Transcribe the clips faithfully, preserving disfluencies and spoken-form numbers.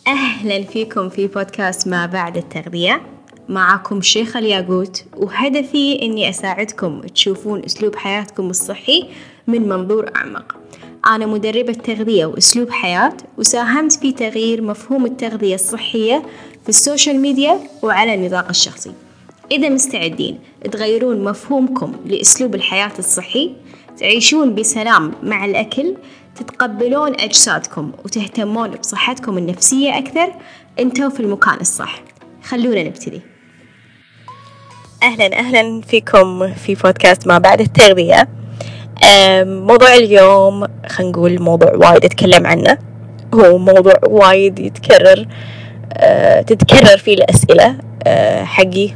أهلا فيكم في بودكاست ما بعد التغذية. معكم شيخة الياقوت، وهدفي أني أساعدكم تشوفون أسلوب حياتكم الصحي من منظور أعمق. أنا مدربة تغذية وأسلوب حياة، وساهمت في تغيير مفهوم التغذية الصحية في السوشيال ميديا وعلى النطاق الشخصي. إذا مستعدين تغيرون مفهومكم لأسلوب الحياة الصحي، تعيشون بسلام مع الأكل، تتقبلون أجسادكم وتهتمون بصحتكم النفسية أكثر، أنتوا في المكان الصح. خلونا نبتدي. أهلا أهلا فيكم في بودكاست ما بعد التغذية. موضوع اليوم خلينا نقول موضوع وايد أتكلم عنه، هو موضوع وايد يتكرر أه تتكرر فيه الأسئلة أه حقي،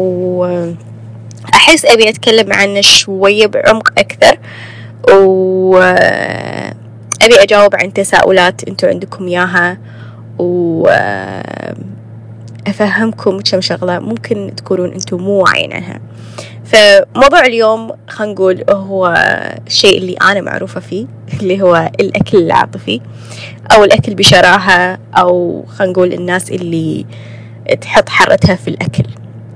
وأحس أبي أتكلم عنه شوية بعمق أكثر، وأبي أجاوب عن تساؤلات أنتوا عندكم إياها، وأفهمكم كم شغلة ممكن تكونون أنتوا مو واعيين عنها. فموضوع اليوم خلينا نقول هو الشيء اللي أنا معروفة فيه، اللي هو الأكل العاطفي أو الأكل بشراهة، أو خلينا نقول الناس اللي تحط حرتها في الأكل.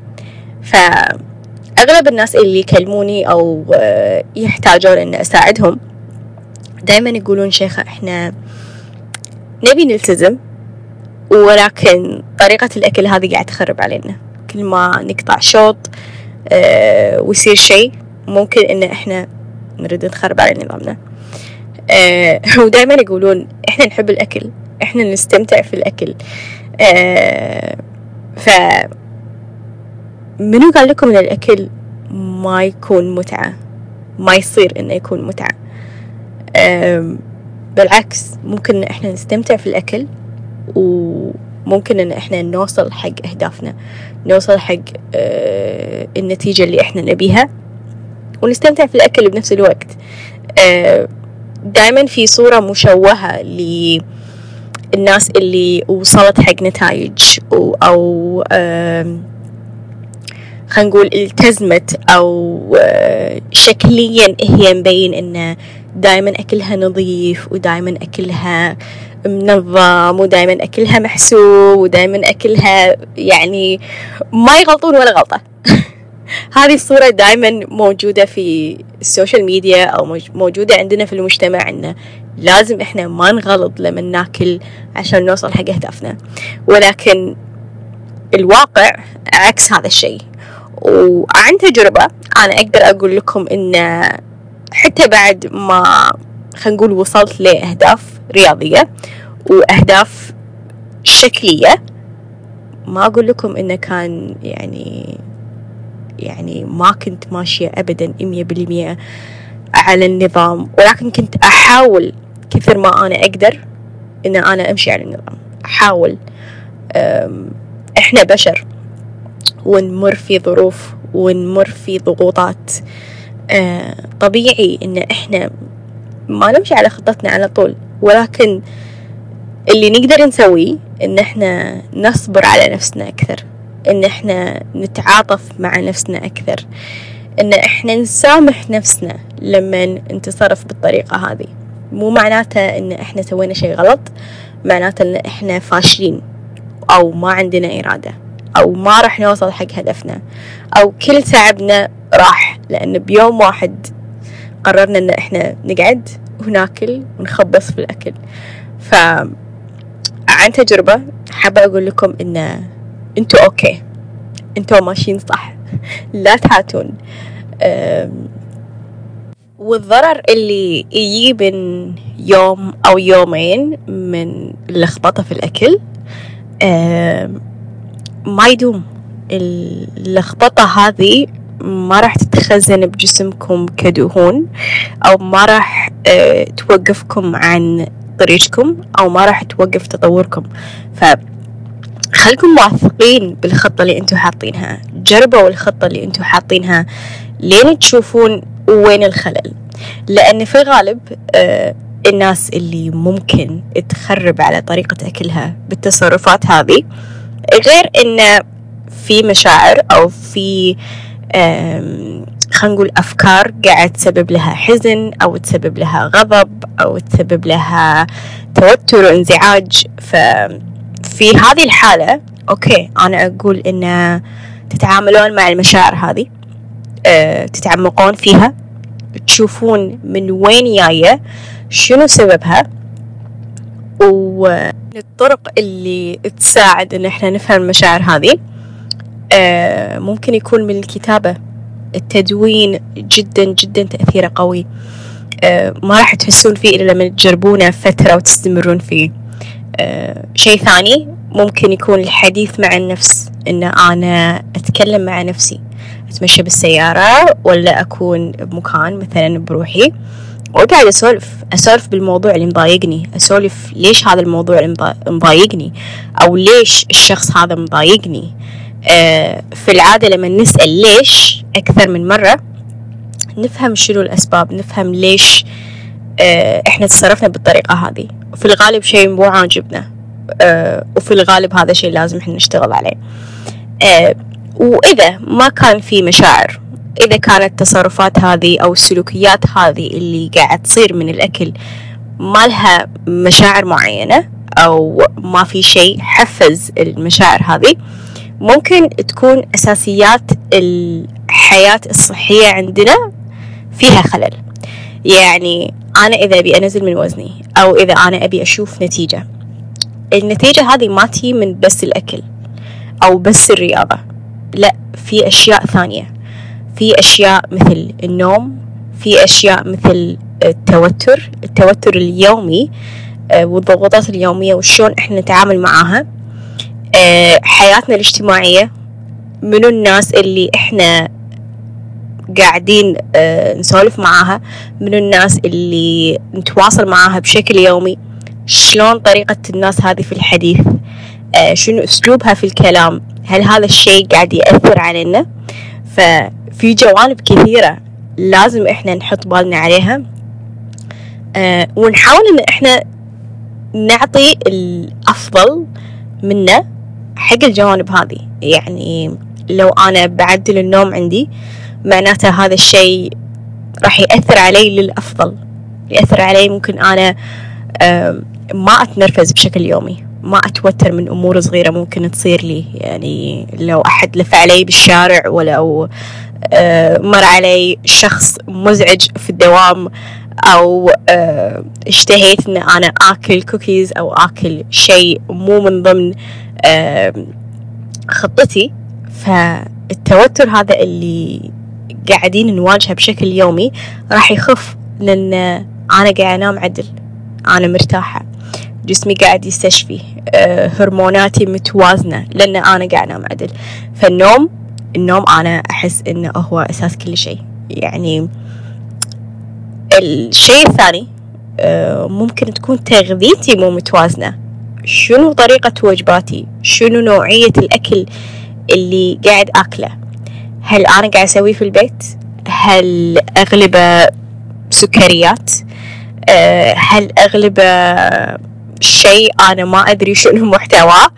فأغلب الناس اللي يكلموني أو يحتاجون أن أساعدهم دائما يقولون شيخة إحنا نبي نلتزم، ولكن طريقة الأكل هذه قاعد تخرب علينا. كل ما نقطع شوط أه ويصير شيء ممكن إن إحنا نريد نخرب على نظامنا. أه ودائما يقولون إحنا نحب الأكل، إحنا نستمتع في الأكل. أه ف منو قال لكم إن الأكل ما يكون متعة؟ ما يصير إنه يكون متعة. أه بالعكس، ممكن إن إحنا نستمتع في الأكل، وممكن إن إحنا نوصل حق أهدافنا، نوصل حق أه النتيجة اللي إحنا نبيها، ونستمتع في الأكل بنفس الوقت. أه دائما في صورة مشوهة للناس اللي وصلت حق نتائج أو أه خلينا نقول التزمت، أو أه شكليا هي مبين إنه دائما أكلها نظيف، ودائما أكلها منظم، ودائما أكلها محسوب، ودائما أكلها يعني ما يغلطون ولا غلطة. هذه الصورة دائما موجودة في السوشيال ميديا، أو موجودة عندنا في المجتمع، إنه لازم إحنا ما نغلط لما ناكل عشان نوصل حق أهدافنا. ولكن الواقع عكس هذا الشيء. وعن تجربة أنا أقدر أقول لكم إن حتى بعد ما خلينا نقول وصلت لأهداف رياضية وأهداف شكلية، ما أقول لكم إنه كان يعني يعني ما كنت ماشية أبدا مية بالمية على النظام، ولكن كنت أحاول كثر ما أنا أقدر إن أنا أمشي على النظام. أحاول. إحنا بشر ونمر في ظروف ونمر في ضغوطات. آه طبيعي إن إحنا ما نمشي على خطتنا على طول، ولكن اللي نقدر نسويه إن إحنا نصبر على نفسنا أكثر، إن إحنا نتعاطف مع نفسنا أكثر، إن إحنا نسامح نفسنا لما نتصرف بالطريقة هذه. مو معناته إن إحنا سوينا شيء غلط، معناته إن إحنا فاشلين، أو ما عندنا إرادة، أو ما راح نوصل حق هدفنا، أو كل تعبنا راح لأن بيوم واحد قررنا إن إحنا نقعد وناكل ونخبص في الأكل. فعن تجربة حابة أقول لكم إن أنتوا أوكي، أنتوا ماشيين صح، لا تحاتون. والضرر اللي يجي من يوم أو يومين من اللخبطة في الأكل ما يدوم. اللخبطة هذه ما راح تتخزن بجسمكم كدهون، أو ما راح أه توقفكم عن طريقكم، أو ما راح توقف تطوركم. فخلكم واثقين بالخطة اللي أنتوا حاطينها، جربوا الخطة اللي أنتوا حاطينها لين تشوفون وين الخلل. لأن في الغالب أه الناس اللي ممكن تخرب على طريقة أكلها بالتصرفات هذه، غير إن في مشاعر أو في خلينا نقول أفكار قاعد تسبب لها حزن، أو تسبب لها غضب، أو تسبب لها توتر وانزعاج. ف في هذه الحالة أوكي أنا أقول إن تتعاملون مع المشاعر هذه، أه تتعمقون فيها، تشوفون من وين جاية، شنو سببها، والطرق اللي تساعد إن إحنا نفهم المشاعر هذه أه ممكن يكون من الكتابة. التدوين جدا جدا تأثيره قوي، أه ما راح تحسون فيه إلا لما تجربونه فترة وتستمرون فيه. أه شيء ثاني ممكن يكون الحديث مع النفس، إن أنا أتكلم مع نفسي، أتمشى بالسيارة ولا أكون بمكان مثلا بروحي وقاعد أسولف أسولف بالموضوع اللي مضايقني، أسولف ليش هذا الموضوع اللي مضايقني أو ليش الشخص هذا مضايقني. أه في العادة لما نسأل ليش أكثر من مرة نفهم شنو الأسباب، نفهم ليش أه إحنا تصرفنا بالطريقة هذه. وفي الغالب شيء مو عاجبنا، أه وفي الغالب هذا شيء لازم إحنا نشتغل عليه. أه وإذا ما كان في مشاعر، إذا كانت التصرفات هذه أو السلوكيات هذه اللي قاعد تصير من الأكل ما لها مشاعر معينة أو ما في شيء حفز المشاعر هذه، ممكن تكون أساسيات الحياة الصحية عندنا فيها خلل. يعني أنا إذا أبي أنزل من وزني أو إذا أنا أبي أشوف نتيجة، النتيجة هذه ما تجي من بس الأكل أو بس الرياضة، لا، في أشياء ثانية، في أشياء مثل النوم، في أشياء مثل التوتر التوتر اليومي والضغوطات اليومية وشون إحنا نتعامل معاها، حياتنا الاجتماعية، منو الناس اللي إحنا قاعدين نسولف معاها، منو الناس اللي نتواصل معاها بشكل يومي، شلون طريقة الناس هذه في الحديث، شنو أسلوبها في الكلام، هل هذا الشيء قاعد يأثر علينا؟ ففي جوانب كثيرة لازم إحنا نحط بالنا عليها، ونحاول إن إحنا نعطي الأفضل منا حق الجوانب هذه. يعني لو أنا بعدل النوم عندي معناته هذا الشيء راح يأثر علي للأفضل، يأثر علي ممكن أنا ما أتنرفز بشكل يومي، ما أتوتر من أمور صغيرة ممكن تصير لي. يعني لو أحد لف علي بالشارع ولا أو مر علي شخص مزعج في الدوام أو اشتهيت أن أنا أكل كوكيز أو أكل شيء مو من ضمن خطتي، فالتوتر هذا اللي قاعدين نواجهه بشكل يومي راح يخف، لأن أنا قاعد أنام عدل، أنا مرتاحة، جسمي قاعد يستشفي، هرموناتي متوازنة لأن أنا قاعد أنام عدل. فالنوم النوم أنا أحس إنه هو أساس كل شيء. يعني الشيء الثاني ممكن تكون تغذيتي مو متوازنة، شنو طريقة وجباتي، شنو نوعية الأكل اللي قاعد أكله، هل أنا قاعد أسويه في البيت، هل أغلبه سكريات، هل أغلبه شيء أنا ما أدري شنو محتواه.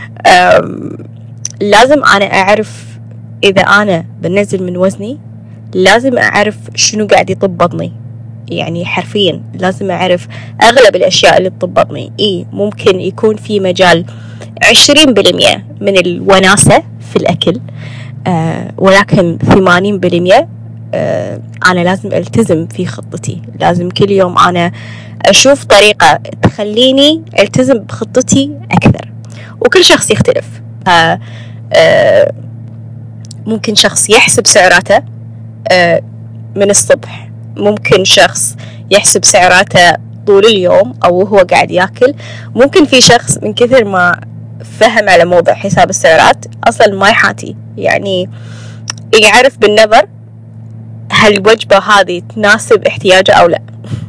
لازم أنا أعرف إذا أنا بنزل من وزني، لازم أعرف شنو قاعد يطب بطني، يعني حرفيا لازم أعرف أغلب الأشياء اللي تطب بطني. إيه ممكن يكون في مجال عشرين بالمية من الوناسة في الأكل، آه ولكن ثمانين بالمية آه أنا لازم ألتزم في خطتي، لازم كل يوم أنا أشوف طريقة تخليني ألتزم بخطتي أكثر. وكل شخص يختلف، آه آه ممكن شخص يحسب سعراته آه من الصبح، ممكن شخص يحسب سعراته طول اليوم أو هو قاعد يأكل، ممكن في شخص من كثر ما فهم على موضوع حساب السعرات أصلا ما يحاتي، يعني يعرف بالنظر هل الوجبة هذه تناسب احتياجه أو لا.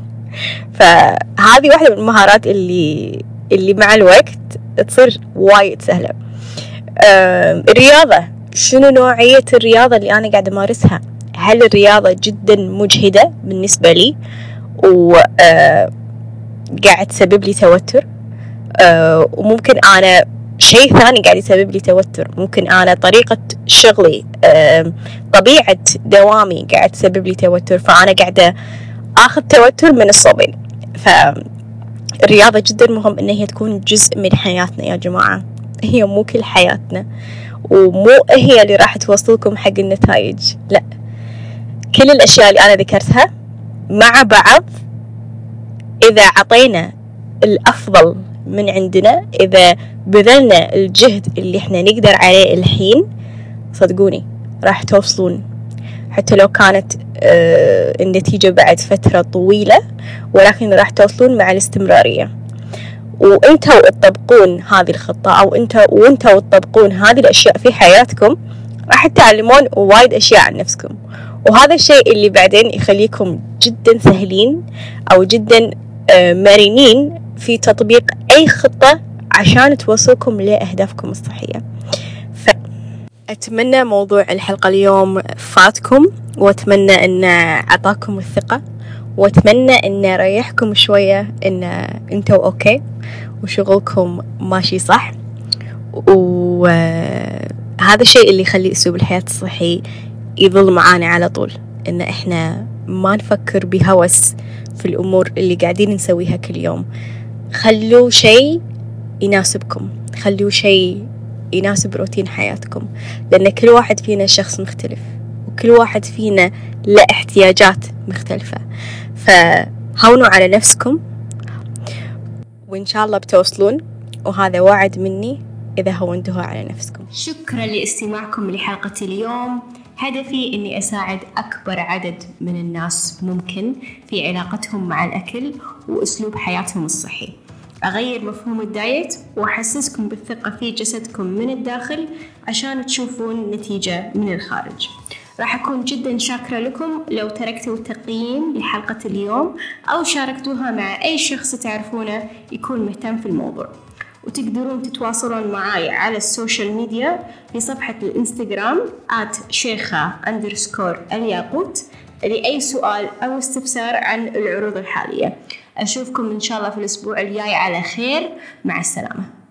فهذه واحدة من المهارات اللي اللي مع الوقت تصير وايد سهلة. الرياضة، شنو نوعية الرياضة اللي أنا قاعدة أمارسها؟ هل الرياضة جدا مجهدة بالنسبة لي وقاعد تسبب لي توتر؟ أه وممكن أنا شيء ثاني قاعد يسبب لي توتر، ممكن أنا طريقة شغلي أه طبيعة دوامي قاعد تسبب لي توتر، فأنا قاعدة أخذ توتر من الصوبين. فالرياضة جدا مهم إن هي تكون جزء من حياتنا يا جماعة. هي مو كل حياتنا، ومو هي اللي راح توصلكم حق النتائج. لا، كل الأشياء اللي أنا ذكرتها مع بعض إذا عطينا الأفضل من عندنا، إذا بذلنا الجهد اللي إحنا نقدر عليه الحين، صدقوني راح توصلون، حتى لو كانت آه النتيجة بعد فترة طويلة، ولكن راح توصلون مع الاستمرارية. وانتوا تطبقون هذه الخطة، أو انتوا وانتوا تطبقون هذه الأشياء في حياتكم، راح تتعلمون وايد أشياء عن نفسكم. وهذا الشيء اللي بعدين يخليكم جدا سهلين أو جدا آه مرنين في تطبيق أي خطة عشان توصلكم لأهدافكم الصحية. أتمنى موضوع الحلقة اليوم فاتكم، وأتمنى أن أعطاكم الثقة، وأتمنى أن ريحكم شوية أن أنتوا أوكي وشغلكم ماشي صح. وهذا الشيء اللي يخلي أسلوب الحياة الصحي يظل معانا على طول، أن إحنا ما نفكر بهوس في الأمور اللي قاعدين نسويها كل يوم. خلوا شيء يناسبكم، خلوا شيء يناسب روتين حياتكم، لأن كل واحد فينا شخص مختلف، وكل واحد فينا له احتياجات مختلفة. فهونوا على نفسكم، وإن شاء الله بتوصلون، وهذا وعد مني إذا هونتوها على نفسكم. شكرا لاستماعكم لحلقة اليوم. هدفي إني أساعد أكبر عدد من الناس ممكن في علاقتهم مع الأكل وأسلوب حياتهم الصحي. أغير مفهوم الدايت وأحسسكم بالثقة في جسدكم من الداخل عشان تشوفون نتيجة من الخارج. راح أكون جدا شاكرة لكم لو تركتوا تقييم لحلقة اليوم، أو شاركتوها مع أي شخص تعرفونه يكون مهتم في الموضوع. وتقدرون تتواصلون معي على السوشيال ميديا في صفحة الإنستغرام آت شيخة أندرسكور الياقوت لأي سؤال أو استفسار عن العروض الحالية. أشوفكم إن شاء الله في الأسبوع الجاي على خير. مع السلامة.